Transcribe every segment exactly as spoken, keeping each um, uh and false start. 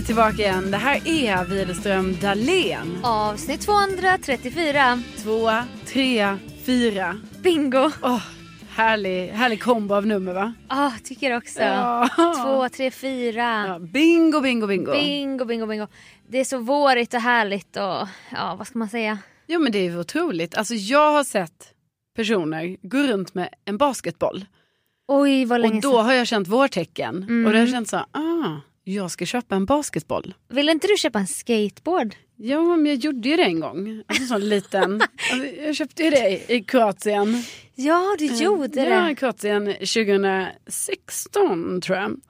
tillbaka igen. Det här är Widerström Dahlén. Avsnitt tvåhundratrettiofyra. Två, tre, fyra. Bingo. Oh, härlig, härlig kombo av nummer, va? Ja, oh, tycker också. Ja. Två, tre, fyra. Ja, bingo, bingo, bingo. Bingo, bingo, bingo. Det är så vårigt och härligt och ja, vad ska man säga? Ja, men det är ju otroligt. Alltså jag har sett personer gå runt med en basketboll. Oj, vad länge Och då sedan. har jag känt vårtecken. Mm. Och det har känt så, ah, jag ska köpa en basketboll. Vill inte du köpa en skateboard? Ja, men jag gjorde ju det en gång. Alltså sån liten. Alltså, jag köpte ju det i Kroatien. Ja, du gjorde Ja, det. i Kroatien tjugohundrasexton tror jag.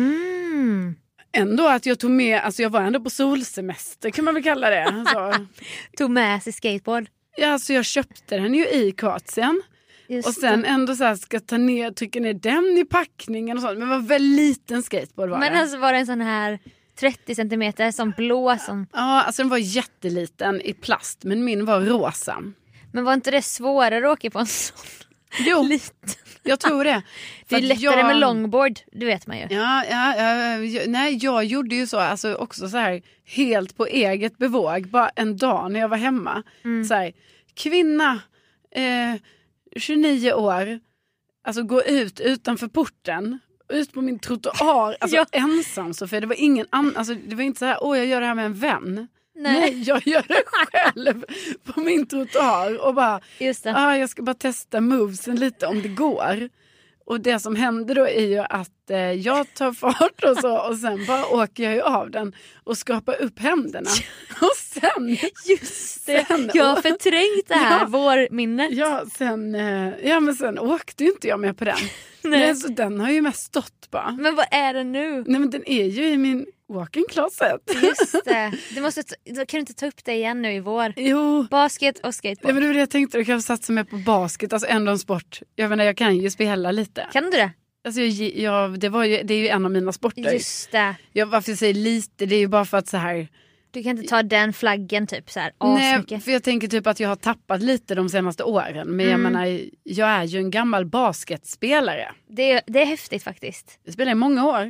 Mm. Ändå att jag tog med, alltså jag var ändå på solsemester kan man väl kalla det. Alltså, Tog med sig skateboard. ja, alltså jag köpte den ju i Kroatien. Just Och sen det. ändå så här ska ta ner, trycka ner den i packningen och sånt. Men det var väldigt liten skateboard var Men det. alltså var det en sån här trettio centimeter som blå som... Ja, alltså den var jätteliten i plast, men min var rosa. Men var inte det svårare att åka på en sån? Jo, Liten. jag tror det. Det är För att lättare jag... med longboard, det vet man ju. Ja, ja, ja, jag, nej, jag gjorde ju så, alltså också så här helt på eget bevåg, bara en dag när jag var hemma. Mm. Så här, kvinna, eh, tjugonio år, alltså gå ut utanför porten, ut på min trottoar, alltså Ja. ensam så för det var ingen annan, alltså det var inte så här, åh jag gör det här med en vän. Nej. Nej, jag gör det själv på min trottoar och bara, Just det. ah, jag ska bara testa movesen lite om det går. Och det som händer då är ju att eh, jag tar fart och så och sen bara åker jag ju av den och skapar upp händerna. Och sen... Just det, sen, jag har förträngt det här, Ja. vårminnet. Ja, sen, eh, ja, men sen åkte ju inte jag med på den. Nej. Nej, så den har ju mest stått bara. Men vad är det nu? Nej, men den är ju i min walk-in closet. Just det, du måste ta, då kan du inte ta upp det igen nu i vår. Jo. Basket och Ja, skateboard. men det var det jag tänkte, du kan satsa mer på basket, alltså ändå en sport. Jag menar, jag kan ju spela lite. Kan du det? Alltså jag, jag, det, var ju, det är ju en av mina sporter. Just det. Jag, varför jag säger lite, det är ju bara för att så här... Du kan inte ta den flaggen typ så här Nej, asmycket. för jag tänker typ att jag har tappat lite de senaste åren. Men jag Mm. menar, jag är ju en gammal basketspelare. Det, är- det är häftigt faktiskt. Jag spelar i många år.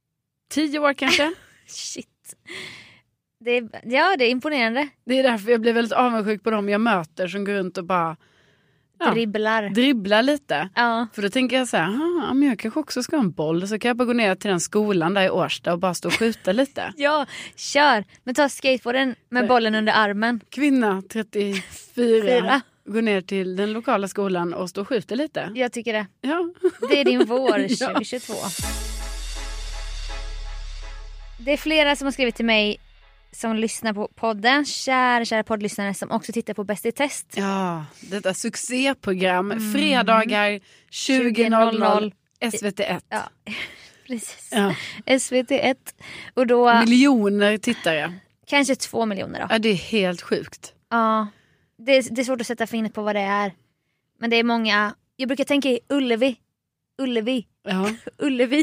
Tio år kanske. Shit. Det är, ja, det är imponerande. Det är därför jag blir väldigt avundsjuk på dem jag möter som går runt och bara ja, Dribblar. dribblar lite. Ja. För då tänker jag så här, "Ah, men jag kanske också ska ha en boll. Så kan jag bara gå ner till den skolan där i Årsta och bara stå och skjuta lite. Ja, kör. Men ta skateboarden med bollen under armen. Kvinna trettiofyra. Fyra. Gå ner till den lokala skolan och stå och skjuta lite. Jag tycker det. Ja. Det är din vår Ja. tjugohundratjugotvå. Det är flera som har skrivit till mig som lyssnar på podden. Kära, kära poddlyssnare som också tittar på Bäst i test. Ja, detta succéprogram. Fredagar tjugo noll noll S V T ett. Ja, precis. Ja. S V T ett. Och då Miljoner tittare. kanske två miljoner då. Ja, det är helt sjukt. Ja, det är, det är svårt att sätta fingret på vad det är. Men det är många. Jag brukar tänka i Ullevi. Ullevi. Ja. Ullevi.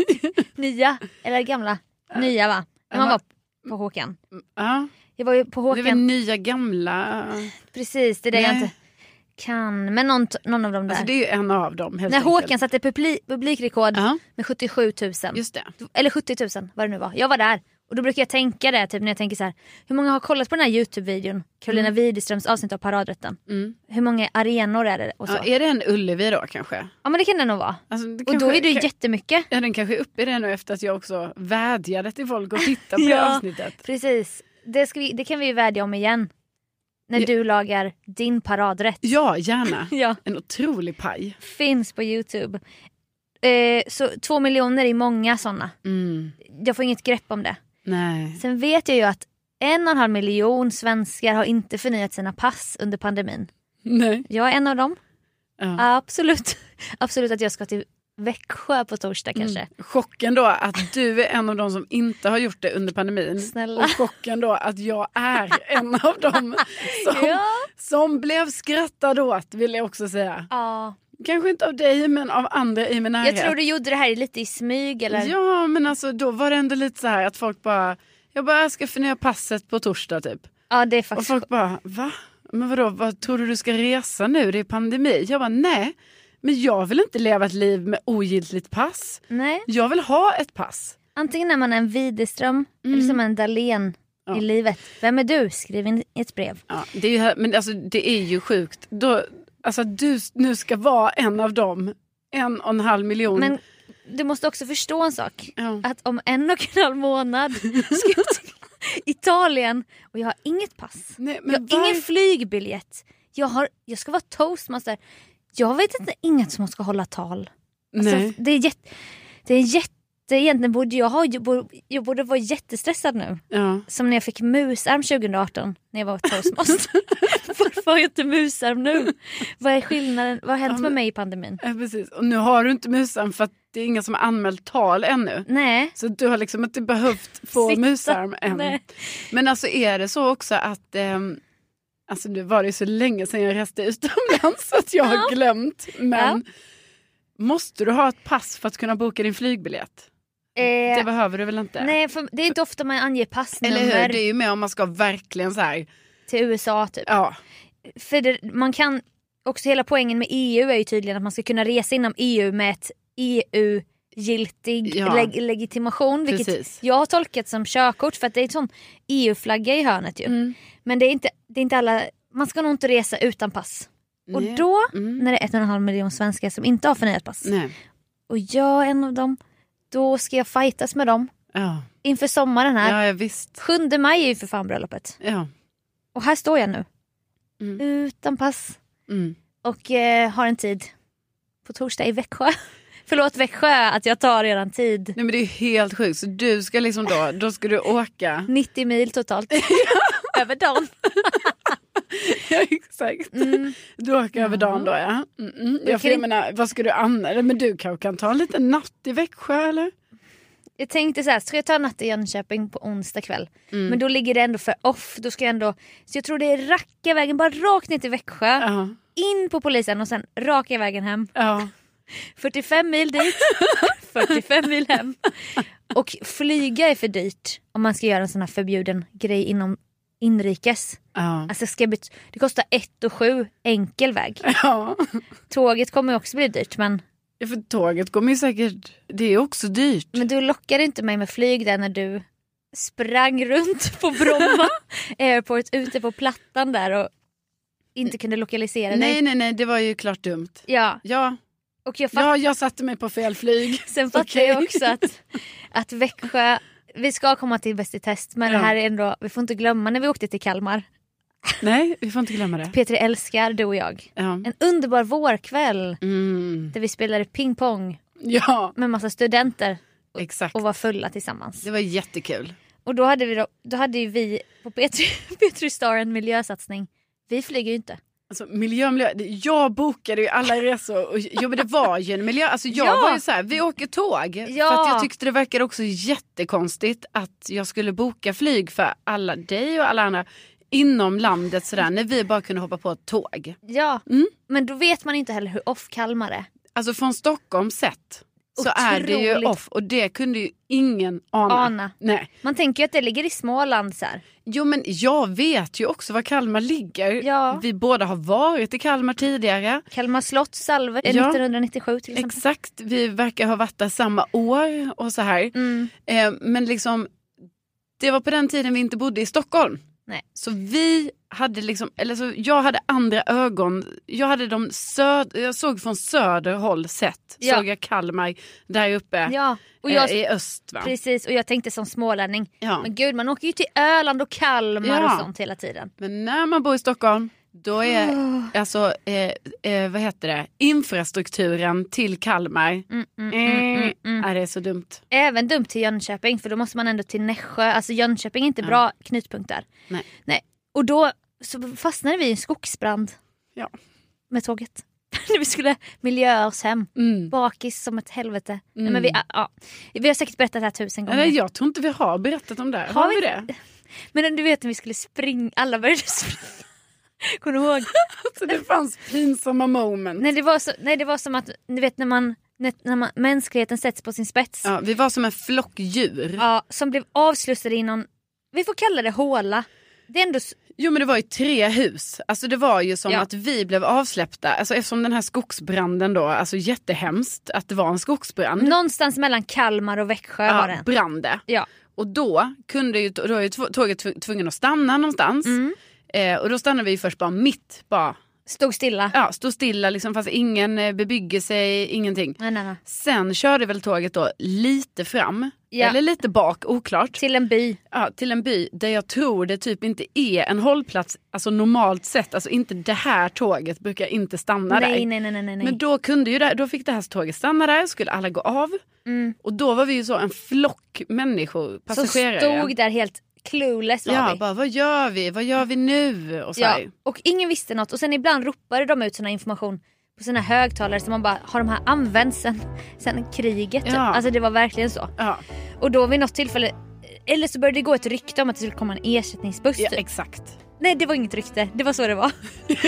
Nya. Eller gamla. Nya va? När man Ja. var på Håkan. Ja. Jag var ju på Det är Håkan. väl nya gamla. Precis, det är det jag Nej. inte kan. Men någon, någon av dem där. Alltså det är ju en av dem helt När enkelt. Håkan satte publi- publikrekord Ja, med sjuttiosju tusen. just det. Eller sjuttio tusen vad det nu var. Jag var där. Och då brukar jag tänka det typ när jag tänker så här. Hur många har kollat på den här YouTube-videon? Carolina Mm. Widerströms avsnitt av Paradrätten. Mm. Hur många arenor är det? Och så. Ja, är det en Ullevi då kanske? Ja men det kan det nog vara. Alltså, det Och kanske, då är det kan- jättemycket. Ja, den kanske är uppe i det nu efter att jag också vädjade till folk att titta på det Ja. avsnittet. Precis. Det, ska vi, det kan vi ju vädja om igen. När Ja. du lagar din paradrätt. Ja, gärna. Ja. En otrolig paj. Finns på YouTube. Eh, så två miljoner är många sådana. Mm. Jag får inget grepp om det. Nej. Sen vet jag ju att en och en halv miljon svenskar har inte förnyat sina pass under pandemin. Nej. Jag är en av dem. Ja. Absolut. Absolut att jag ska till Växjö på torsdag kanske. Mm. Chocken då att du är en av dem som inte har gjort det under pandemin. Snälla. Och chocken då att jag är en av dem som, Ja. som blev skrattad åt, vill jag också säga. Ja. Kanske inte av dig men av andra i min närhet. Jag tror du gjorde det här lite i smyg eller? Ja, men alltså då var det ändå lite så här att folk bara, jag bara ska förnya passet på torsdag typ. Ja, det är Och faktiskt. folk bara, va? Men vadå, vad tror du du ska resa nu? Det är pandemi. Jag bara, nej. Men jag vill inte leva ett liv med ogiltigt pass. Nej. Jag vill ha ett pass. Antingen är man en Widerström Mm. eller som en Dahlén Ja. i livet. Vem är du? Skriv in i ett brev. Ja, det är ju, men alltså, det är ju sjukt. Då, alltså, du nu ska vara en av dem. En och en halv miljon. Men du måste också förstå en sak. Ja. Att om en och en halv månad ska jag till Italien och jag har inget pass. Nej, Jag har men var... ingen flygbiljett. Jag, har, jag ska vara toastmaster. Jag vet inte inget som ska hålla tal. Alltså, Nej. det är jätte... Det är jätte egentligen borde jag ha... Jag borde, jag borde vara jättestressad nu. Ja. Som när jag fick musarm tjugo arton när jag var toastmaster. Varför har jag inte musarm nu? Vad är skillnaden? Vad har hänt Ja, men- med mig i pandemin? Ja, precis. Och nu har du inte musan för att det är ingen som har anmält tal ännu. Nej. Så du har liksom inte behövt få Sitta. musarm än. Nej. Men alltså är det så också att... ehm, alltså nu var det ju så länge sedan jag reste utomlands så att jag har Ja. glömt. Men måste du ha ett pass för att kunna boka din flygbiljett? Eh, Det behöver du väl inte? nej, för det är inte ofta man anger passnummer Eller hur? Det är ju med om man ska verkligen så här... till U S A typ. Ja, För det, man kan också, hela poängen med E U är ju tydligen att man ska kunna resa inom E U med ett E U-giltig Ja. leg- legitimation. Vilket precis. jag har tolkat som körkort för att det är en sån E U-flagga i hörnet ju. Mm. Men det är, inte, det är inte alla, man ska nog inte resa utan pass. Och Nej. då, Mm. när det är ett och en halv miljon svenskar som inte har förnyat pass Nej. och jag är en av dem, då ska jag fightas med dem Ja. inför sommaren här. Ja, ja, visst. sjunde maj är ju för fan bröllopet. Ja. Och här står jag nu. Mm. Utan pass. Mm. Och eh, har en tid på torsdag i Växjö. Förlåt Växjö att jag tar redan tid. Nej, men det är ju helt sjukt. Så du ska liksom då, då ska du åka. nittio mil totalt. Över dagen. Ja, exakt. Mm. Du åker över dagen då, ja. Mm -mm. Jag, för jag menar, vad ska du använda? Men du kanske kan ta en liten natt i Växjö, eller? Jag tänkte så här, ska jag ta natt i Jönköping på onsdag kväll? Mm. Men då ligger det ändå för off. Då ska jag ändå, så jag tror det är racka vägen bara rakt ner till Växjö. Ja. In på polisen och sen raka vägen hem. Ja. fyrtiofem mil dit, fyrtiofem mil hem. Och flyga är för dyrt om man ska göra en sån här förbjuden grej inom inrikes. Ja. Alltså ska bet- det kostar ett och sju enkel väg. Ja. Tåget kommer också bli dyrt men, Ja, för tåget kommer ju säkert... Det är också dyrt. men du lockade inte mig med flyg där när du sprang runt på Bromma Airport ute på plattan där och inte kunde lokalisera dig. Nej, nej, nej. Det var ju klart dumt. Ja, Ja, och jag fatt- ja jag satte mig på fel flyg. sen fattar Okej. jag också att, att Växjö, vi ska komma till Bäst i test men Ja. det här är ändå, vi får inte glömma när vi åkte till Kalmar. Nej, vi får inte glömma det. Petri älskar, du och jag. Ja. En underbar vårkväll Mm. där vi spelade pingpong Ja, med massa studenter exakt. och var fulla tillsammans. Det var jättekul. Och då hade vi, då, då hade ju vi på Petri, Petri Star en miljösatsning. Vi flyger ju inte. Alltså miljö, miljö. Jag bokade ju alla resor och jo, men det var ju en miljö. Alltså jag Ja. var ju så här, vi åker tåg. Ja. För att jag tyckte det verkade också jättekonstigt att jag skulle boka flyg för alla, dig och alla andra inom landet sådär, när vi bara kunde hoppa på ett tåg. Ja, Mm. men då vet man inte heller hur off Kalmar är. Alltså från Stockholm sett så är det ju Otroligt. off och det kunde ju ingen ana. Ana. Nej. Man tänker ju att det ligger i Småland så här. Jo, men jag vet ju också var Kalmar ligger. Ja. Vi båda har varit i Kalmar tidigare. Kalmar slott, Salve, Ja. nittonhundranittiosju till exempel. Exakt, vi verkar ha varit där samma år och så här. Mm. Eh, men liksom, det var på den tiden vi inte bodde i Stockholm. Nej. Så vi hade liksom, eller så jag hade andra ögon. Jag hade de söd, jag såg från söder håll sett. Ja. Såg jag Kalmar där uppe Ja, och jag, eh, i öst va? precis, och jag tänkte som smålänning, Ja. men gud man åker ju till Öland och Kalmar Ja. och sånt hela tiden. Men när man bor i Stockholm, då är Oh. alltså, eh, eh, vad heter det, infrastrukturen till Kalmar, Mm, mm, mm, eh, mm, mm. är det så dumt. Även dumt till Jönköping för då måste man ändå till Nässjö. Alltså Jönköping är inte Ja. bra knutpunkt där. Nej. Nej. Och då så fastnade vi i en skogsbrand Ja. med tåget. När vi skulle miljö oss hem. Mm. Bakis som ett helvete. Nej, Mm. men vi, ja, vi har säkert berättat det här tusen gånger. Eller, jag tror inte vi har berättat om det. Har, Har vi vi det? Men du vet när vi skulle springa, alla började springa. Kommer du ihåg? Så det fanns pinsamma moment. Nej det var, så, nej det var som att, du vet när man, när, när man mänskligheten sätts på sin spets. Ja, vi var som en flock djur. Ja, som blev avslussade i någon, vi får kalla det håla. Det är ändå... Jo men det var ju tre hus. Alltså det var ju som ja. att vi blev avsläppta. Alltså eftersom den här skogsbranden då, alltså jättehemskt att det var en skogsbrand. Någonstans mellan Kalmar och Växjö ja, var det. brande. Ja. Och då kunde ju, då är ju tåget tvungen att stanna någonstans. Mm. Eh, och då stannade vi först bara mitt, bara. Stod stilla. Ja, stod stilla liksom, fast ingen bebyggelse, ingenting. Nej, nej, nej. Sen körde väl tåget då lite fram, ja. eller lite bak, oklart. Till en by. Ja, till en by där jag tror det typ inte är en hållplats, alltså normalt sett, alltså inte det här tåget brukar inte stanna nej, där. Nej, nej, nej, nej. Men då kunde ju det, då fick det här tåget stanna där, skulle alla gå av. Mm. Och då var vi ju så en flock människor, passagerare. Så stod där helt clueless var ja, vi. bara vad gör vi? Vad gör vi nu? Och, så ja. Och ingen visste något. Och sen ibland ropade de ut sån här information på sina högtalare som man bara, har de här använts sen, sen kriget? Ja. Alltså det var verkligen så. Ja. Och då vid något tillfälle, eller så började det gå ett rykte om att det skulle komma en ersättningsbuss. Ja, typ. exakt. Nej, det var inget rykte. Det var så det var.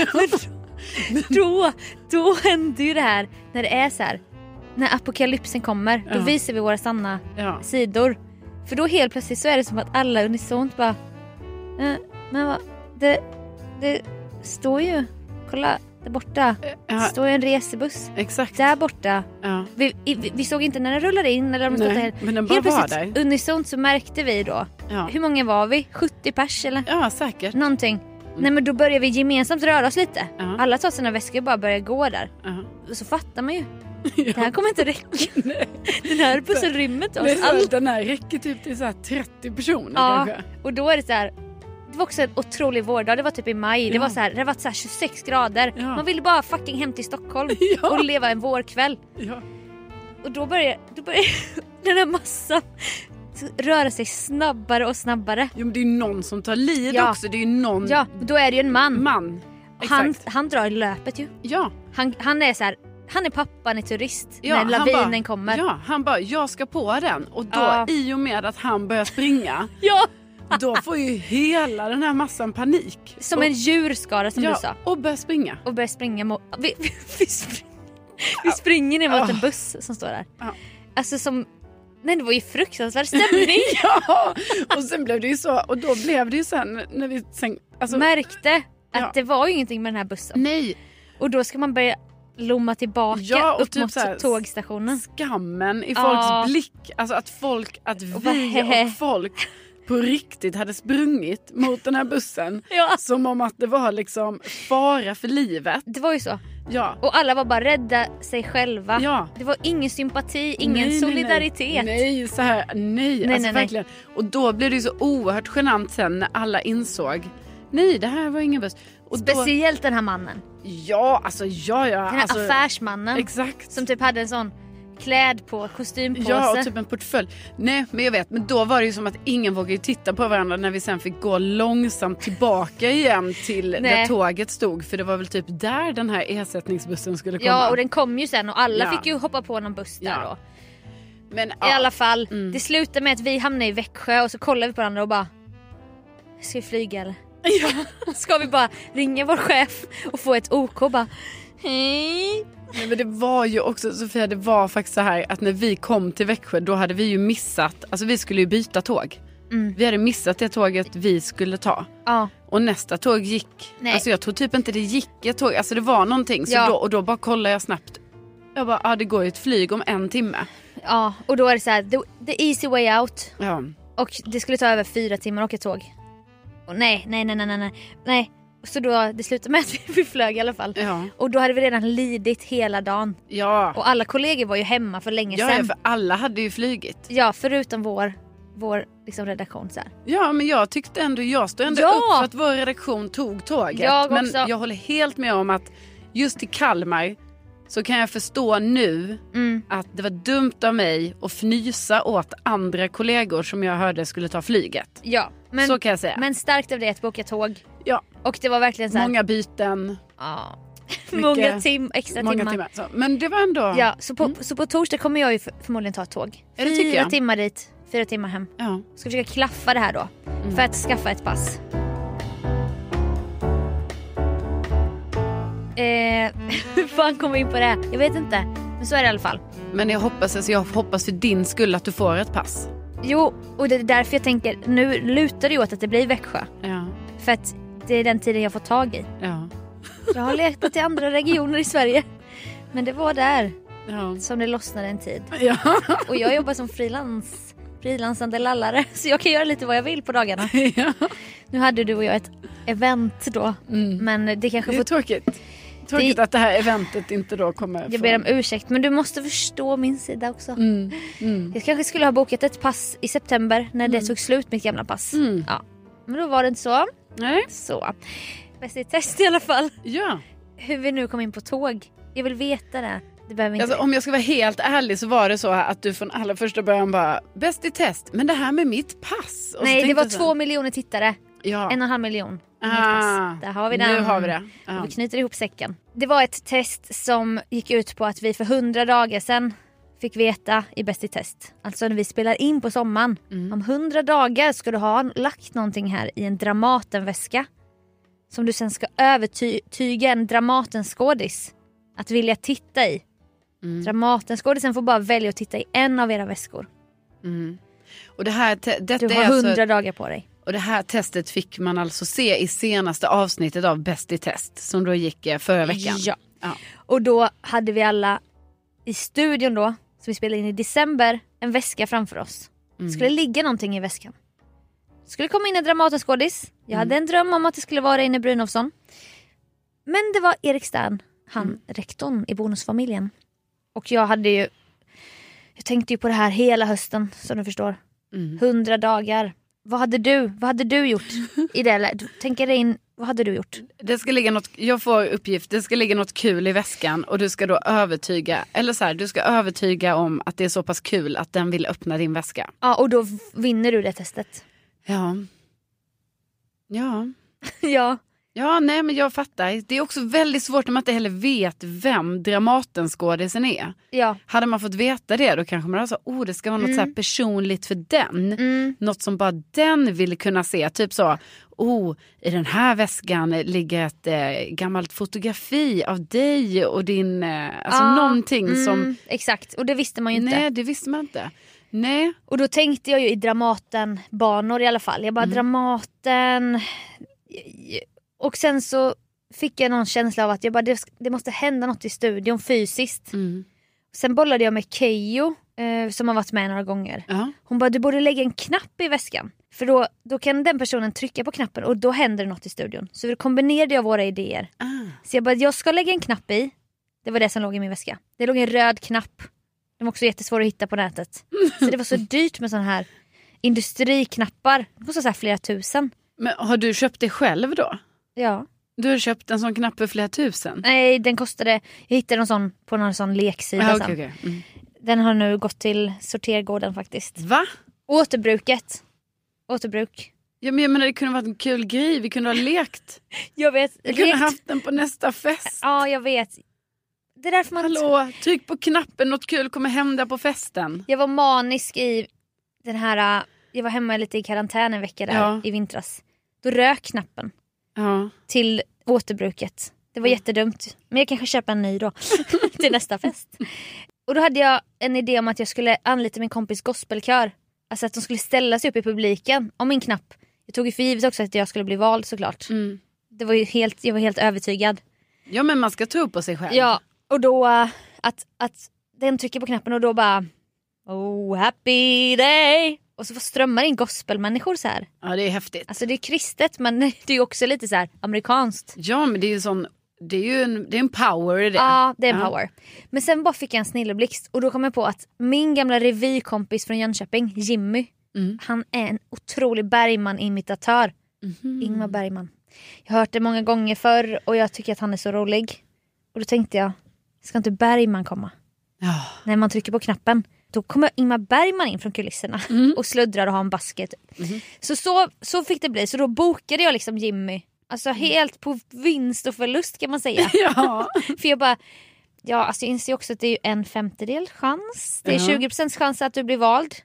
Men då, då hände ju det här när det är så här. När apokalypsen kommer, då ja. visar vi våra sanna ja. sidor. För då helt plötsligt så är det som att alla unisont bara eh, men vad, det, det står ju, kolla där borta, ja. det står ju en resebuss. Exakt. Där borta. Ja. Vi, vi, vi såg inte när den rullade in eller om den Nej, men den bara helt var plötsligt där. unisont så märkte vi då. Ja. Hur många var vi? sjuttio pers eller? Ja, säkert. Någonting. Mm. Nej men då börjar vi gemensamt röra oss lite. Ja. Alla tar sina väskor och bara börjar gå där. Ja. Och så fattar man ju. Ja. Det här kommer inte räcka. Nej. Den här bussen rymmer inte oss. All... Den här räcker typ till så här trettio personer ja. kanske. Och då är det så här. Det var också en otrolig vårdag. Det var typ i maj. Det ja. var så här, det var så här tjugosex grader. Ja. Man ville bara fucking hem till Stockholm ja. och leva en vårkväll. Ja. Och då börjar, då börjar den här massan röra sig snabbare och snabbare. Jo, men det är ju någon som tar lid ja. också. Det är ju någon Ja, då är det ju en man. man. Han, han drar i löpet ju. Ja. Han, han är så här, han är pappan i turist Ja, när lavinen bara, kommer. Ja, han bara, jag ska på den. Och då, ja. i och med att han börjar springa, ja. då får ju hela den här massan panik. Som och, en djurskara som ja, du sa. och börjar springa. Och börjar springa mot... Vi, vi, vi, spring, vi springer ner mot oh. en buss som står där. Ja. Alltså som... Nej, det var ju fruktansvärd stämning. ja, och sen blev det ju så. Och då blev det ju sen när vi sen... Alltså, märkte att ja. det var ju ingenting med den här bussen. Nej. Och då ska man börja lomma tillbaka ja, upp typ mot här, tågstationen. Skammen i ja. folks blick. Alltså att folk, att vi och folk på riktigt hade sprungit mot den här bussen. Ja. Som om att det var liksom fara för livet. Det var ju så. Ja. Och alla var bara rädda sig själva. Ja. Det var ingen sympati, ingen nej, solidaritet. Nej, nej, så här, nej, nej, alltså nej, verkligen. Nej. Och då blev det ju så oerhört genant sen när alla insåg, nej, det här var ingen buss. Och speciellt då, den här mannen. Ja, alltså ja, ja. Den här alltså, affärsmannen. Exakt. Som typ hade en sån kläd på, kostympåse. Ja, och typ en portfölj. Nej, men jag vet, men då var det ju som att ingen vågade titta på varandra när vi sen fick gå långsamt tillbaka igen till där tåget stod. För det var väl typ där den här ersättningsbussen skulle komma. Ja, och den kom ju sen och alla ja. fick ju hoppa på någon buss där ja. då. Men, I ja. alla fall, mm. det slutade med att vi hamnade i Växjö och så kollade vi på varandra och bara, ska vi flyga eller? Ja. Ska vi bara ringa vår chef och få ett OK och bara, hej. Nej, men det var ju också, Sofia, det var faktiskt så här att när vi kom till Växjö då hade vi ju missat, alltså vi skulle ju byta tåg. Mm. Vi hade missat det tåget vi skulle ta. Ja. Och nästa tåg gick, Nej. alltså jag tror typ inte det gick ett tåg, alltså det var någonting. Så ja. då, och då bara kollade jag snabbt. Jag bara, ja det går ju ett flyg om en timme. Ja, och då är det så här, the, the easy way out. Ja. Och det skulle ta över fyra timmar att åka tåg. Och nej, nej, nej, nej, nej, nej. Så då, det slutade med att vi flög i alla fall. Ja. Och då hade vi redan lidit hela dagen. Ja. Och alla kollegor var ju hemma för länge Ja, sedan. ja, för alla hade ju flygit. Ja, förutom vår, vår liksom redaktion så här. Ja, men jag tyckte ändå, jag stod ändå ja. upp för att vår redaktion tog tåget. Jag men också. jag håller helt med om att just i Kalmar så kan jag förstå nu mm. att det var dumt av mig att fnysa åt andra kollegor som jag hörde skulle ta flyget. Ja, men, så kan jag säga. Men starkt av det att boka tåg. Ja. Och det var verkligen så här. Många byten. Ja. Många tim- extra många timmar. timmar. Så, men det var ändå... Ja, så på, mm. så på torsdag kommer jag ju för, förmodligen ta ett tåg. Ja, det tycker fyra jag. timmar dit, fyra timmar hem. Ja. Ska försöka klaffa det här då. Mm. För att skaffa ett pass. Eh, hur fan kommer vi in på det? Jag vet inte. Men så är det i alla fall. Men jag hoppas, alltså, jag hoppas för din skull att du får ett pass. Jo, och det är därför jag tänker, nu lutar det ju åt att det blir Växjö. Ja. För att det är den tiden jag får tag i. Ja. Jag har letat i andra regioner i Sverige. Men det var där Ja. som det lossnade en tid. Ja. Och jag jobbar som frilans, frilansande lallare. Så jag kan göra lite vad jag vill på dagarna. Ja. Nu hade du och jag ett event då. Mm. Men det kanske Det är får... tråkigt. Tråkigt Det- att det här eventet inte då kommer. Jag ber om ursäkt. Men du måste förstå min sida också. Mm. Mm. Jag kanske skulle ha bokat ett pass i september. När det Mm. tog slut, mitt gamla pass. Mm. Ja. Men då var det inte så. Nej. Så. Bäst i test i alla fall. Ja. Hur vi nu kom in på tåg. Jag vill veta det. Det behöver inte... Alltså, om jag ska vara helt ärlig så var det så att du från allra första början bara bäst i test. Men det här med mitt pass. Och så Nej, det tänkte var jag så två här, miljoner tittare. Ja. En och en halv miljon. Ah, Mitt pass. Där har vi den. Nu har vi det. Ja. Vi knyter ihop säcken. Det var ett test som gick ut på att vi för hundra dagar sedan fick veta i Bäst i test. Alltså när vi spelar in på sommaren. Mm. Om hundra dagar ska du ha lagt någonting här i en Dramatenväska. Som du sen ska övertyga en Dramatenskådis att vilja titta i. Mm. Dramatenskådisen får bara välja att titta i en av era väskor. Mm. Och det här, te- detta Du är har alltså, hundra dagar på dig. och det här testet fick man alltså se i senaste avsnittet av Bäst i test. Som då gick eh, förra veckan. Ja. Ja. Och då hade vi alla i studion då, som vi spelade in i december, en väska framför oss. Det skulle ligga någonting i väskan. Det skulle komma in en Dramatenskådis. Jag hade en dröm om att det skulle vara Reine Brynolfsson. Men det var Erik Stern, han Mm. rektorn i Bonusfamiljen. Och jag hade ju, jag tänkte ju på det här hela hösten, som du förstår. Mm. Hundra dagar. Vad hade du, vad hade du gjort i det läget? Tänker dig in, vad hade du gjort? Det ska ligga något, jag får uppgift, det ska ligga något kul i väskan och du ska då övertyga, eller så här, du ska övertyga om att det är så pass kul att den vill öppna din väska. Ja, och då vinner du det testet. Ja. Ja. Ja. Ja, nej men jag fattar. Det är också väldigt svårt när man inte heller vet vem Dramatenskådisen är. Ja. Hade man fått veta det då kanske man hade sagt, oh det ska vara något Mm. så här personligt för den. Mm. Något som bara den vill kunna se. Typ så, oh i den här väskan ligger ett eh, gammalt fotografi av dig och din, eh, alltså Ja, någonting mm, som, exakt, och det visste man ju inte. nej det visste man inte. Nej. Och då tänkte jag ju i Dramaten-banor i alla fall. Jag bara, Mm. Dramaten... Och sen så fick jag någon känsla av att jag bara, det, det måste hända något i studion fysiskt. Mm. Sen bollade jag med Keyyo, eh, som har varit med några gånger. Ja. Hon bara, du borde lägga en knapp i väskan. För då, då kan den personen trycka på knappen och då händer det något i studion. Så vi kombinerade jag våra idéer. Ah. Så jag bara, jag ska lägga en knapp i. Det var det som låg i min väska. Det låg en röd knapp. De är också jättesvåra att hitta på nätet. Så det var så dyrt med sådana här industriknappar. Det kostar så här flera tusen. Men har du köpt det själv då? Ja. Du har köpt en sån knapp för flera tusen? Nej, den kostade... Jag hittade någon sån på någon sån leksida Ah, sen. okay, okay. Mm. Den har nu gått till sortergården faktiskt. Va? Återbruket. Återbruk. Ja, men jag menar det kunde varit en kul grej. Vi kunde ha lekt. Jag vet. Vi kunde lekt- ha haft den på nästa fest. Ja, jag vet. Det är därför man... Hallå, tryck på knappen. Något kul kommer hända på festen. Jag var manisk i den här... äh, Jag var hemma lite i karantän en vecka där Ja. i vintras. Då rök knappen Ja. till återbruket. Det var jättedumt. Men jag kanske köper en ny då. Till nästa fest. Och då hade jag en idé om att jag skulle anlita min kompis gospelkör. Alltså att de skulle ställa sig upp i publiken om min knapp. Jag tog ju för givet också att jag skulle bli vald såklart. Mm. Det var ju helt, jag var helt övertygad. Ja, men man ska tro på sig själv. Ja, och då äh, att, att den trycker på knappen och då bara oh happy day. Och så strömmar in gospelmänniskor så här. Ja, det är häftigt. Alltså det är kristet men det är också lite så här amerikanskt. Ja, men det är ju sån... Det är ju en, det är en power i det. Ja, det är en Ja. power. Men sen bara fick jag en snilleblixt och då kom jag på att min gamla revykompis från Jönköping, Jimmy, Mm. han är en otrolig Bergman-imitatör. Mhm. Ingmar Bergman. Jag har hört det många gånger förr och jag tycker att han är så rolig. Och då tänkte jag, ska inte Bergman komma? Ja. När man trycker på knappen, då kommer Ingmar Bergman in från kulisserna Mm. och sluddrar och har en basket. Mhm. Så, så så fick det bli. Så då bokade jag liksom Jimmy. Alltså helt på vinst och förlust kan man säga. Ja. För jag bara, ja alltså jag inser också att det är ju en femtedel chans. Det är Ja. tjugo procent chans att du blir vald.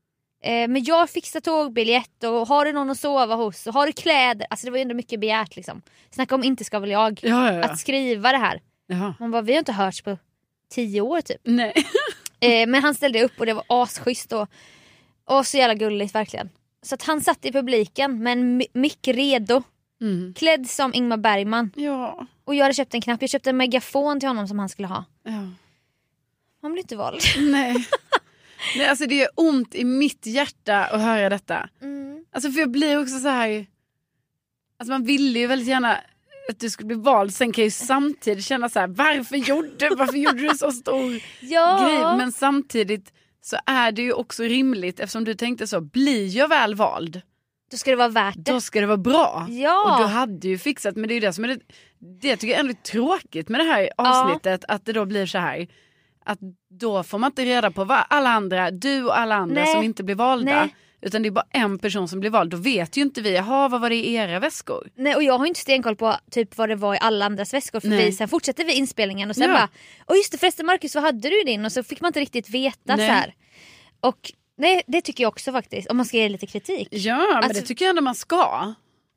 Eh, men jag fixar tågbiljett och har du någon att sova hos och har du kläder. Alltså det var ju ändå mycket begärt liksom. Snacka om inte ska väl jag. Ja, ja, ja. Att skriva det här. Ja. Man bara, vi har inte hörts på tio år typ. Nej. Eh, men han ställde upp och det var asschysst och, och så jävla gulligt verkligen. Så att han satt i publiken med en mi- mick redo Mm. Klädd som Ingmar Bergman. Ja. Och jag hade köpt en knapp. Jag köpte en megafon till honom som han skulle ha. Ja. Han blir inte vald. Nej. Nej, alltså det är ont i mitt hjärta att höra detta. Mm. Alltså för jag blir också så här... Alltså man ville ju väldigt gärna att du skulle bli vald. Sen kan jag ju samtidigt känna så här, varför gjorde, varför gjorde du så stor Ja. grej? Men samtidigt så är det ju också rimligt, eftersom du tänkte så, blir jag väl vald, Då ska det vara värt det. då ska det vara bra. Ja. Och du hade ju fixat, men det är ju det som är det, det tycker jag är ändå tråkigt med det här avsnittet, att det då blir så här, att då får man inte reda på vad alla andra, du och alla andra Nej. som inte blir valda. Nej. Utan det är bara en person som blir vald. Då vet ju inte vi, jaha, vad var det i era väskor? Nej, och jag har ju inte stenkoll på typ vad det var i alla andras väskor. För Nej. vi, sen fortsätter vi inspelningen och sen Ja. bara, åh just det förresten Marcus, vad hade du i din? Och så fick man inte riktigt veta Nej. så här. Och nej, det tycker jag också faktiskt, om man ska ge lite kritik. Ja, men Alltså- det tycker jag ändå man ska.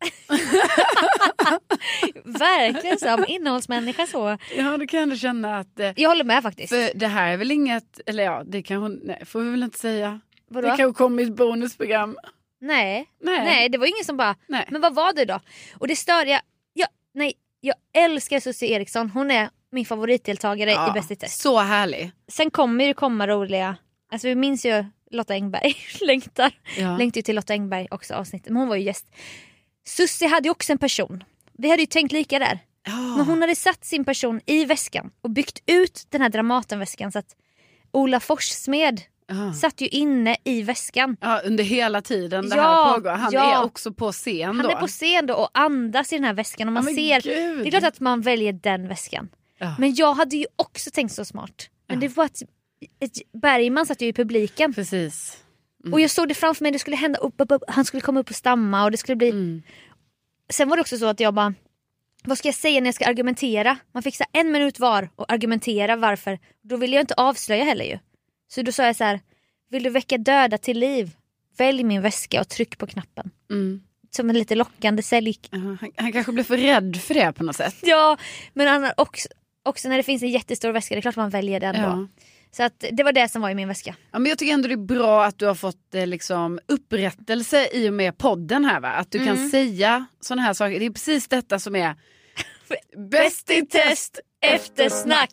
Verkligen som innehållsmänniska så. Ja, du kan ändå känna att... Eh, Jag håller med faktiskt. för det här är väl inget, eller ja, det kan hon, nej, får vi väl inte säga. Vadå? Det kan komma i ett bonusprogram. Nej. Nej. nej, det var ingen som bara, Nej. men vad var det då? Och det störiga, jag, nej, jag älskar Susie Eriksson, hon är min favoritdeltagare i Bäst i test. Så härlig. Sen kommer det komma roliga, alltså vi minns ju Lotta Engberg, längtar. Ja. Längtar ju till Lotta Engberg också avsnittet, men hon var ju gäst. Susie hade ju också en person, vi hade ju tänkt lika där. Ja. Men hon hade satt sin person i väskan och byggt ut den här Dramatenväskan så att Ola Forssmed Ja. satt ju inne i väskan. Ja, under hela tiden det Ja, här pågår. Han ja. är också på scen Han då. är på scen då och andas i den här väskan och man Ja, men ser, gud. det är klart att man väljer den väskan. Ja. Men jag hade ju också tänkt så smart. Men Ja. det var att ett Bergman satt ju i publiken. Precis. Och jag såg det framför mig, det skulle hända upp, upp, upp, han skulle komma upp och stamma och det skulle bli... Mm. Sen var det också så att jag bara, vad ska jag säga när jag ska argumentera? Man fick så här en minut var och argumentera varför. Då ville jag inte avslöja heller ju. Så då sa jag så här, vill du väcka döda till liv? Välj min väska och tryck på knappen. Mm. Som en lite lockande sälj. Ja, han, han kanske blev för rädd för det på något sätt. Ja, men han har också, också när det finns en jättestor väska, det är klart man väljer den Ja. då. Så att det var det som var i min väska. Ja, men jag tycker ändå det är bra att du har fått eh, liksom, upprättelse i och med podden här, va? Att du Mm. kan säga såna här saker. Det är precis detta som är Bäst i test eftersnack.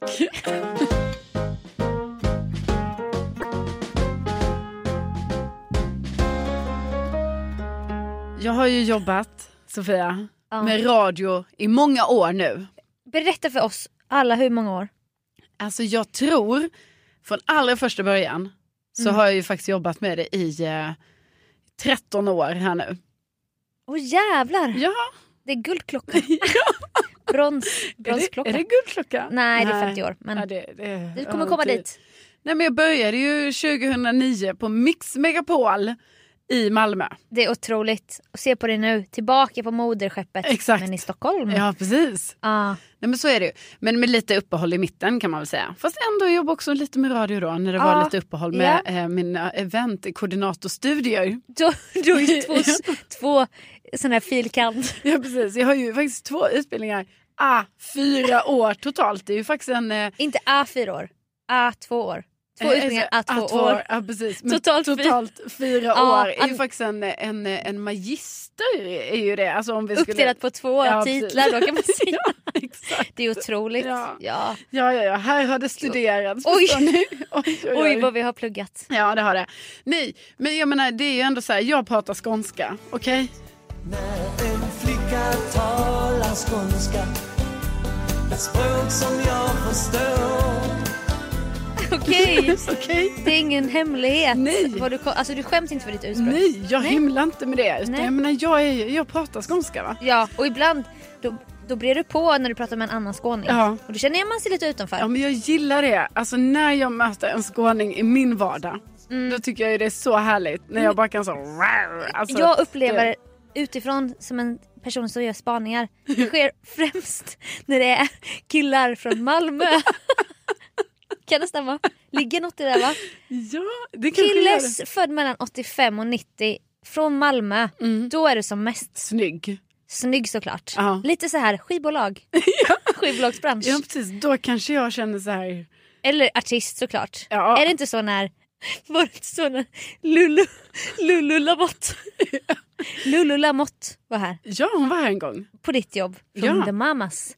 Jag har ju jobbat, Sofia, Ja. med radio i många år nu. Berätta för oss alla hur många år. Alltså jag tror, från allra första början så Mm. har jag ju faktiskt jobbat med det i eh, tretton år här nu. Åh jävlar, Ja, det är guldklocka. Brons, är det, bronsklocka. är det guldklocka? Nej, det är femtio år. Men Ja, det, det, du kommer ja, komma det- dit. Nej, men jag började ju tjugohundranio på Mix Megapol i Malmö. Det är otroligt. Och se på det nu. Tillbaka på moderskeppet. Exakt. Men i Stockholm. Ja, precis. Ah. Nej, men så är det ju. Men med lite uppehåll i mitten kan man väl säga. Fast ändå jobba också lite med radio då. När det var Ja. lite uppehåll med Ja. eh, mina eventkoordinatorstudier. Du, du har ju två, två sådana här filkant. Ja, precis. Jag har ju faktiskt två utbildningar. Ah, fyra år totalt. Det är ju faktiskt en... Eh, Inte A fyra år. A två år. Två eh, utbildningar A två ah, två år. Ja, precis. Men Totalt fyra. totalt fyra Ja, år är ju an- faktiskt en, en, en magister är ju det. Alltså om vi skulle... Uppdelat på två Ja, titlar precis. då kan man säga. Ja, exakt. Det är otroligt. Ja. Ja. Ja, ja, ja. Här har det studerats. Oj. förstår ni? Oj, oj, oj. Oj vad vi har pluggat. Ja, det har det. Nej, men jag menar, det är ju ändå så här, jag pratar skånska, okej? När en flicka talar skånska, ett språk som jag förstår. Okej. Okej? Det är ingen hemlighet. Nej. Vad du, alltså du skäms inte för ditt ursprung. Nej, jag Nej. himlar inte med det. Utan Nej. jag menar, jag, är, jag pratar skånska, va? Ja, och ibland då, då brer du på när du pratar med en annan skåning. Ja. Och då känner man sig lite utanför. Ja, men jag gillar det. Alltså när jag möter en skåning i min vardag, Mm. då tycker jag ju det är så härligt. När jag bara kan så... Alltså, jag upplever det- utifrån som en person som gör spaningar. Det sker främst när det är killar från Malmö. Kan det stämma? Ligger något i det va? Ja, det kanske gör Killes det. född mellan åttiofem och nittio från Malmö. Mm. Då är det som mest Snygg. snygg såklart. Ja. Lite så här skivbolag. Skivbolagsbransch. Ja, precis. Då kanske jag känner så här... Eller artist såklart. Ja. Är det inte så när Var det inte så när Lulu, Lulu Lamotte Lulu Lamotte var här Ja, hon var här en gång. på ditt jobb från Ja. The Mamas.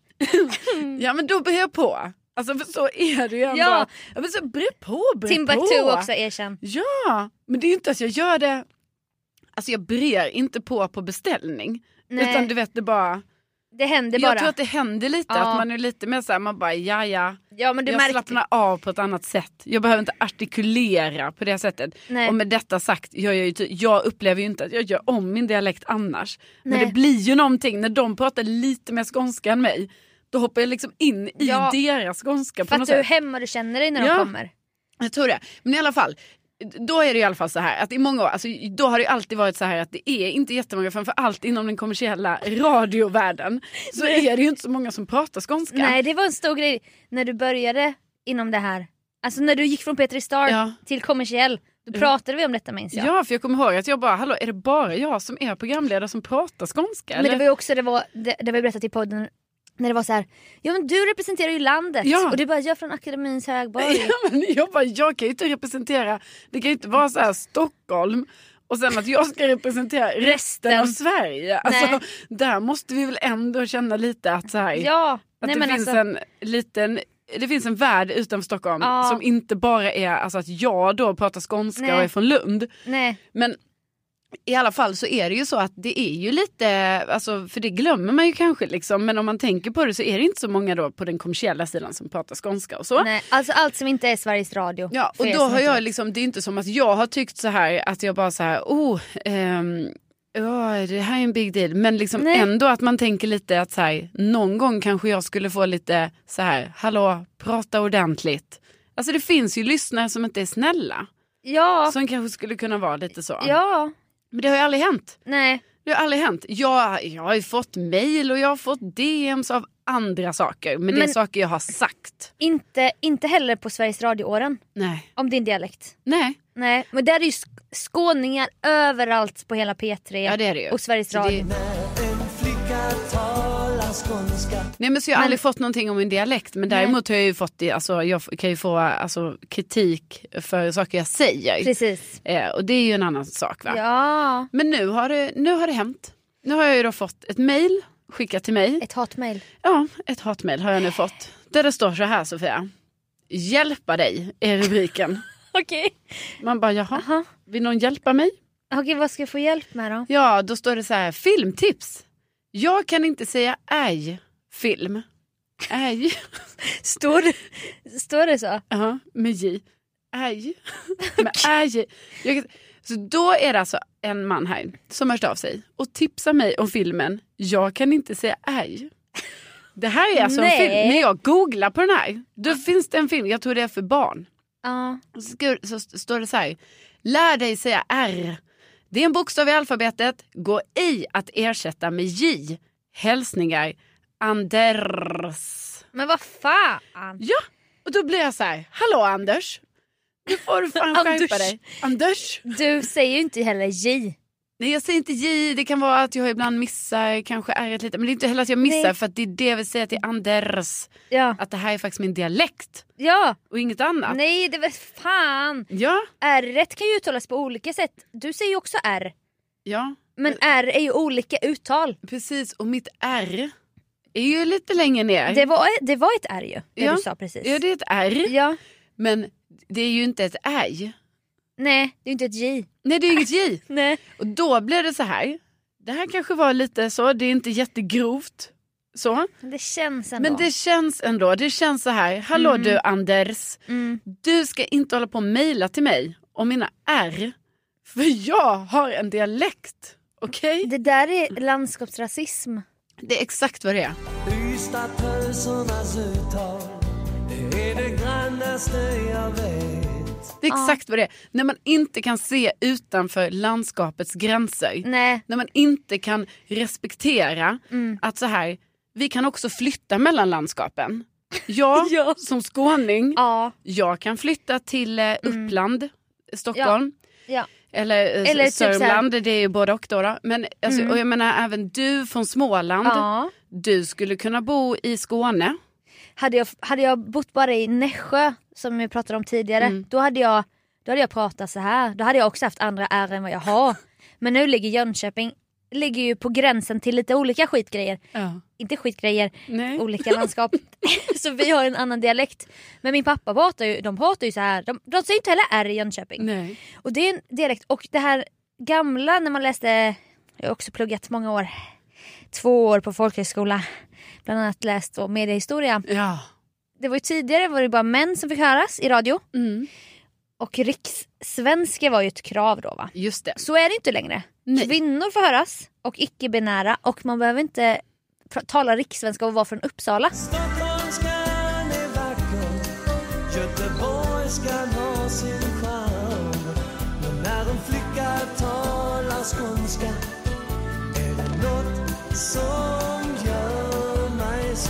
Ja, men då börjar jag på. Alltså för så är det ju ändå. Ja. Ja, men så bry på, bry Timbuktu på. också, erkänn. Ja, men det är ju inte att jag gör det. Alltså jag brer inte på på beställning. Nej. Utan du vet det bara. Det händer bara. Jag tror att det händer lite. Ja. Att man är lite mer såhär, man bara ja ja. Ja, men du Jag märkte... slappnar av på ett annat sätt. Jag behöver inte artikulera på det sättet. Nej. Och med detta sagt, jag, gör ju, ty- jag upplever ju inte att jag gör om min dialekt annars. Men Nej. det blir ju någonting när de pratar lite mer skånska än mig. Då hoppar jag liksom in i Ja. deras skånska på För något att du är sätt. hemma du känner dig när Ja. de kommer. Jag tror det. Men i alla fall, då är det i alla fall så här att i många år, alltså, då har det alltid varit så här att det är inte jättemånga, framförallt inom den kommersiella radiovärlden så Nej. är det ju inte så många som pratar skånska. Nej, det var en stor grej när du började inom det här. Alltså när du gick från P tre Star Ja. till kommersiell. Då pratade vi om detta, minns jag. Ja, för jag kommer ihåg att jag bara, hallå, är det bara jag som är programledare som pratar skånska? Men eller? det var ju också, det var, det, det var berättat i podden när det var så här: ja men du representerar ju landet. Ja. Och du bara, jag är från Akademins högborg. Ja, men jag bara, jag kan ju inte representera, det kan ju inte vara så här Stockholm och sen att jag ska representera resten, Resten. av Sverige. Alltså, Nej. där måste vi väl ändå känna lite att så här, Ja, att nej det men finns alltså, en liten, det finns en värld utanför Stockholm Ja. som inte bara är alltså, att jag då pratar skånska Nej. och är från Lund. nej. Men i alla fall så är det ju så att det är ju lite, alltså, för det glömmer man ju kanske liksom, men om man tänker på det så är det inte så många då på den kommersiella sidan som pratar skånska och så. nej. Alltså allt som inte är Sveriges Radio. Ja, för och er då som har inte jag vet. liksom, det är inte som att jag har tyckt så här att jag bara så här, oh, ehm, ja, det här är en big deal. Men liksom Nej. ändå att man tänker lite att så här, någon gång kanske jag skulle få lite så här, hallå, prata ordentligt. Alltså det finns ju lyssnare som inte är snälla. Ja, Som kanske skulle kunna vara lite så. ja, Men det har ju aldrig hänt. nej. Det har aldrig hänt. Jag, jag har ju fått mejl och jag har fått D M's av andra saker. Men det är Men- saker jag har sagt. Inte, inte heller på Sveriges Radio-åren. Nej. Om din dialekt. Nej. Nej, men där är ju sk- skåningar överallt på hela P tre. Ja, det är det ju. Och Sveriges Så Radio. det- När en flicka talar skånska. Nej, men så jag har Men- aldrig fått någonting om min dialekt. Men Nej. däremot har jag ju fått det, alltså, jag kan ju få alltså, kritik för saker jag säger. Precis. Eh, och det är ju en annan sak va. Ja, Men nu har, det, nu har det hänt. Nu har jag ju då fått ett mejl skickat till mig. ett hatmejl. Ja, ett hatmejl har jag nu fått. Där det står så här, Sofia. Hjälpa dig är rubriken. Okej. Man bara, jaha, Aha. vill någon hjälpa mig? Okej, vad ska jag få hjälp med då? Ja, då står det så här, filmtips. Jag kan inte säga aj, film. Aj. Står det, står det så? Ja, med J. Aj. Med aj. Jag kan... Så då är det alltså en man här som hört av sig och tipsar mig om filmen Jag kan inte säga aj. Det här är alltså Nej. en film. När jag googlar på den här, då finns det en film, jag tror det är för barn. Ja. Så, ska, så står det så här, lär dig säga R. Det är en bokstav i alfabetet, gå i att ersätta med J. Hälsningar, Anders. Men vad fan? Ja, och då blir jag så här, hallå Anders. Nu får du fan skärpa Anders. dig. Anders. Du säger ju inte heller J. Nej, jag säger inte J, det kan vara att jag ibland missar kanske R lite. Men det är inte heller att jag missar Nej. för att det är det jag vill säga till Anders. Ja. Att det här är faktiskt min dialekt Ja. och inget annat. Nej, det vet fan. Ja, R kan ju uttalas på olika sätt. Du säger ju också R. ja, Men R är ju olika uttal. precis. Och mitt R är ju lite längre ner. Det var, det var ett R ju, det Ja. du sa precis. Ja, det är ett R. Ja. Men det är ju inte ett I. Nej, det är inte ett J. Nej, det är inget J. Nej. Och då blir det så här. Det här kanske var lite så, det är inte jättegrovt. Så. Men det känns ändå. Men det känns ändå, det känns så här. Hallå Mm. du Anders. Mm. Du ska inte hålla på och mejla till mig om mina R. För jag har en dialekt. Okej? Det där är landskapsrasism. Det är exakt vad det är. Ystadpölsernas uttal, det är det grannaste jag vet. Det är exakt vad det är. När man inte kan se utanför landskapets gränser. Nej. När man inte kan respektera Mm. att så här, vi kan också flytta mellan landskapen. Jag Ja. som skåning, Ja. jag kan flytta till eh, Uppland, Stockholm. Ja. Eller, eh, Eller typ så här- Sörmland, det är ju både och då. då. Men alltså, Mm. och jag menar även du från Småland, Ja. du skulle kunna bo i Skåne. Hade jag, hade jag bott bara i Nässjö, som vi pratade om tidigare, Mm. då hade jag då hade jag pratat så här. Då hade jag också haft andra R än vad jag har. Men nu ligger Jönköping ligger ju på gränsen till lite olika skitgrejer. Ja. Inte skitgrejer, Nej. olika landskap. Så vi har en annan dialekt. Men min pappa pratar ju, de pratar ju så här. De, de säger inte heller R i Jönköping. Nej. Och det är en dialekt. Och det här gamla när man läste, jag har också pluggat många år. Två år på folkhögskola. Bland annat läst då mediehistoria. Ja. Det var ju tidigare var det bara män som fick höras i radio. Mm. Och rikssvenska var ju ett krav då va? Just det. Så är det inte längre. Nej. Kvinnor får höras och icke-binära. Och man behöver inte pr- tala rikssvenska och vara från Uppsala. Stockholmskan är vacker, göteborgskan har sin charm. Men när en flicka talar skånska är det något som gör mig så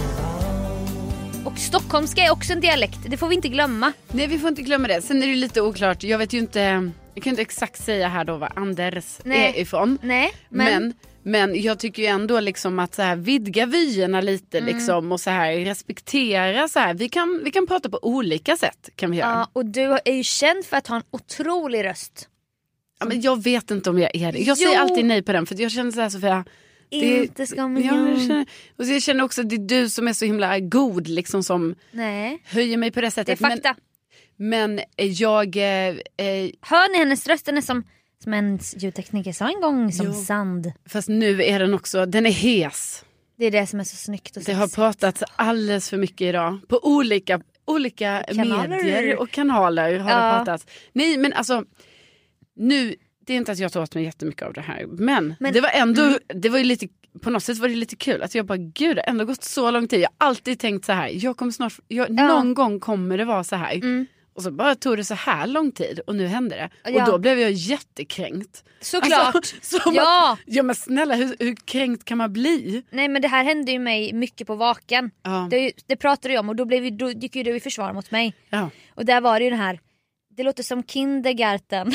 varm. Och stockholmska är också en dialekt. Det får vi inte glömma. Nej, vi får inte glömma det. Sen är det lite oklart. Jag vet ju inte, jag kan inte exakt säga här då vad Anders Nej. är ifrån. Nej, men... Men, men jag tycker ju ändå liksom att så här vidga vyerna lite Mm. liksom och så här respektera så här. Vi kan, vi kan prata på olika sätt kan vi göra. Ja, och du är ju känd för att ha en otrolig röst. Ja, men jag vet inte om jag är det. Jag Jo. säger alltid nej på den för att jag känner så här Sofia. Det, Inte ska man ja, göra. jag känner, och så jag känner också att det är du som är så himla god liksom som Nej, höjer mig på det det är sättet. fakta. Men, men jag... Eh, eh, Hör ni hennes röst? Den är som, som en ljudtekniker sa en gång, som Jo. sand. fast nu är den också, den är hes. Det är det som är så snyggt och Det har sexigt. pratats alldeles för mycket idag. På olika, olika Kanaler. medier och kanaler har Ja. det pratats. Nej men alltså, nu, det är inte att jag tar åt mig jättemycket av det här. Men, Men- det var ändå, mm. det var ju lite, på något sätt var det lite kul. Att jag bara, gud det har ändå gått så lång tid. Jag har alltid tänkt så här, jag kommer snart, jag, Ja. någon gång kommer det vara så här. Mm. Och så bara tog det så här lång tid och nu händer det. Ja. Och då blev jag jättekränkt. Såklart. Alltså, som Ja. Att, ja men snälla, hur, hur kränkt kan man bli? Nej men det här hände ju mig mycket på Vaken. Ja. Det, det pratade jag om och då, blev, vi- då gick ju du i försvar mot mig. Ja. Och där var det ju det här, det låter som kindergarten.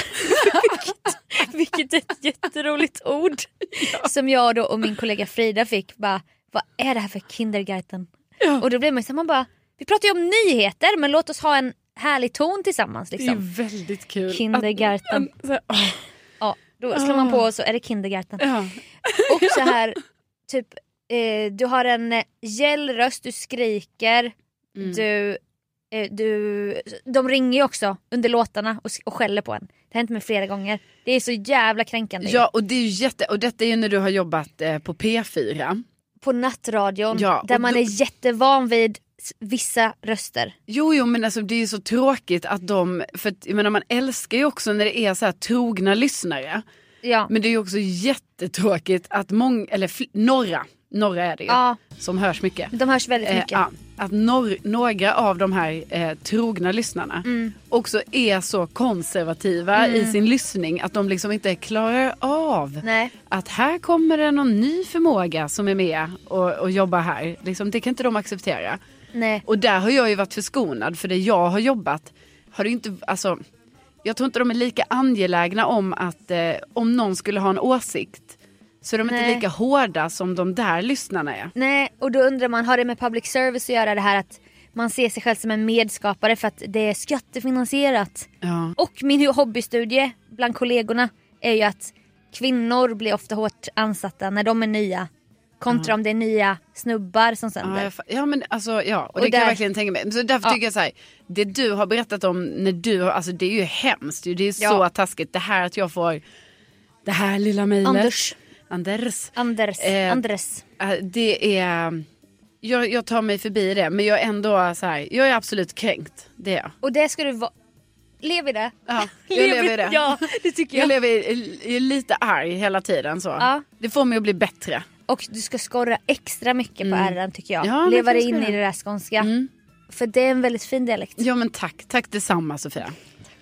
vilket, vilket är ett jätteroligt ord. Som jag då och min kollega Frida fick bara, vad är det här för kindergarten? Ja. Och då blev man så man bara, vi pratar ju om nyheter men låt oss ha en härlig ton tillsammans Det är liksom. väldigt kul. Kindergarten. Att, att, så här, åh, Ja, då slår man på och så är det kindergarten. ja. Och så här, typ, eh, du har en eh, gäll röst, du skriker, Mm. du, eh, du, de ringer ju också under låtarna och, och skäller på en. Det har hänt mig flera gånger. Det är så jävla kränkande. Ja, och det är ju jätte, och detta är ju när du har jobbat eh, på P fyra. På nattradion, Ja, där och man då- är jättevan vid s- vissa röster. Jo, jo, men alltså det är ju så tråkigt att de, för att, jag menar, man älskar ju också när det är så här trogna lyssnare. Ja, Men det är ju också jättetråkigt att många, eller fl- några, några är det ju, ja som hörs mycket. de hörs väldigt Eh, mycket. ja, att nor- några av de här eh, trogna lyssnarna Mm. också är så konservativa i sin lyssning att de liksom inte klarar av Nej. att här kommer det någon ny förmåga som är med och, och jobbar här. Liksom, det kan inte de acceptera. Nej. Och där har jag ju varit förskonad för det jag har jobbat har det ju inte, alltså, jag tror inte de är lika angelägna om att eh, om någon skulle ha en åsikt så är de Nej. inte lika hårda som de där lyssnarna är. Nej, och då undrar man, har det med public service att göra det här att man ser sig själv som en medskapare för att det är skattefinansierat? Ja. Och min hobbystudie bland kollegorna är ju att kvinnor blir ofta hårt ansatta när de är nya kontra om det är nya snubbar som sänder. Ja, jag fa- ja men alltså ja, och, Och det kan jag där- verkligen tänka mig. Så därför Ja. tycker jag så här, det du har berättat om när du har, alltså det är ju hemskt ju, det är så Ja. taskigt det här att jag får det här lilla mejlet. Anders. Anders. Anders. Eh, Andres. Äh, det är, jag, jag tar mig förbi det, men jag är ändå så här, jag är absolut kränkt, det är jag. Och det ska du vara. Lev i det. Ja, jag lever i det. Ja, det tycker jag. Jag lever i, i, lite arg hela tiden så. Ja. Det får mig att bli bättre. Och du ska skorra extra mycket på ärren tycker jag. Ja, men Leva det dig ska in jag i göra. det där skånska. Mm. För det är en väldigt fin dialekt. Ja men tack, tack detsamma Sofia.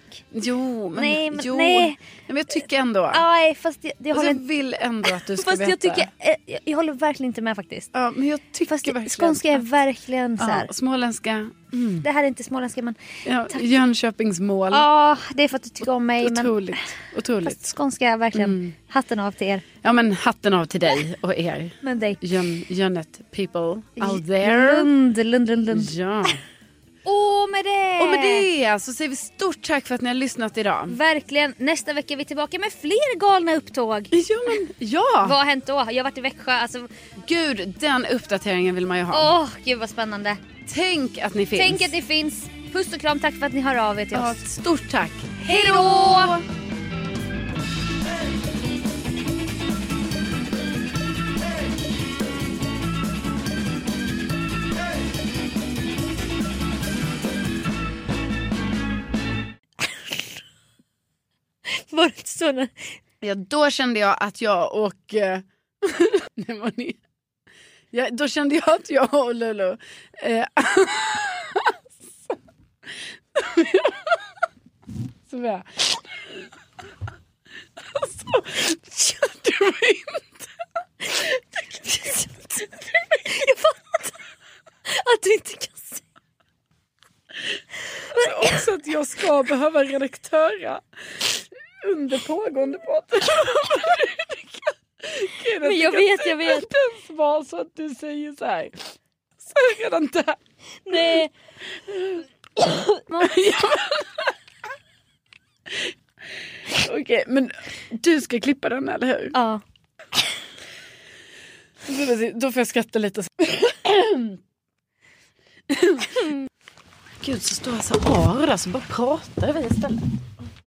Jo, men, Nej, men- jo. nej. men jag tycker ändå. Nej, fast jag, jag Alltså, håller jag vill ändå att du ska Fast veta. jag tycker eh, jag, jag håller verkligen inte med faktiskt. Ja, men jag tycker Fast verkligen. skånska är att- verkligen så här. Ja, småländska. Mm. Det här är inte småländska men Ja, Jönköpingsmål. ja, det är för att du tycker om mig men Otroligt. Otroligt. fast skånska är verkligen Mm. hatten av till er. Ja men hatten av till dig och er. Men dig. Jön, Jönnet people out there. Lund, Lund, Lund, Lund. Ja. Och med det! Och med det så säger vi stort tack för att ni har lyssnat idag. Verkligen. Nästa vecka är vi tillbaka med fler galna upptåg. Ja, men, ja. Vad har hänt då? Jag har varit i Växjö. Alltså... Gud, den uppdateringen vill man ju ha. Åh, gud vad spännande. Tänk att ni finns. Tänk att ni finns. Puss och kram, tack för att ni hör av er till Ja, oss. stort tack. Hej då! Var det inte så när... Ja, då kände jag att jag och... Eh, det var ni. Ja, då kände jag att jag och Lulu... Eh, så jag... Alltså, du var inte... Jag fattar att du inte kan se. Så också att jag ska behöva redaktöra under pågående podd. Men jag vet, jag vet. Det ens var så att du säger så här. Så är redan där. Nej. Okej, okay, men du ska klippa den, eller hur? Ja. Då får jag skratta lite. Gud, så står jag så här, så bara pratar vi istället.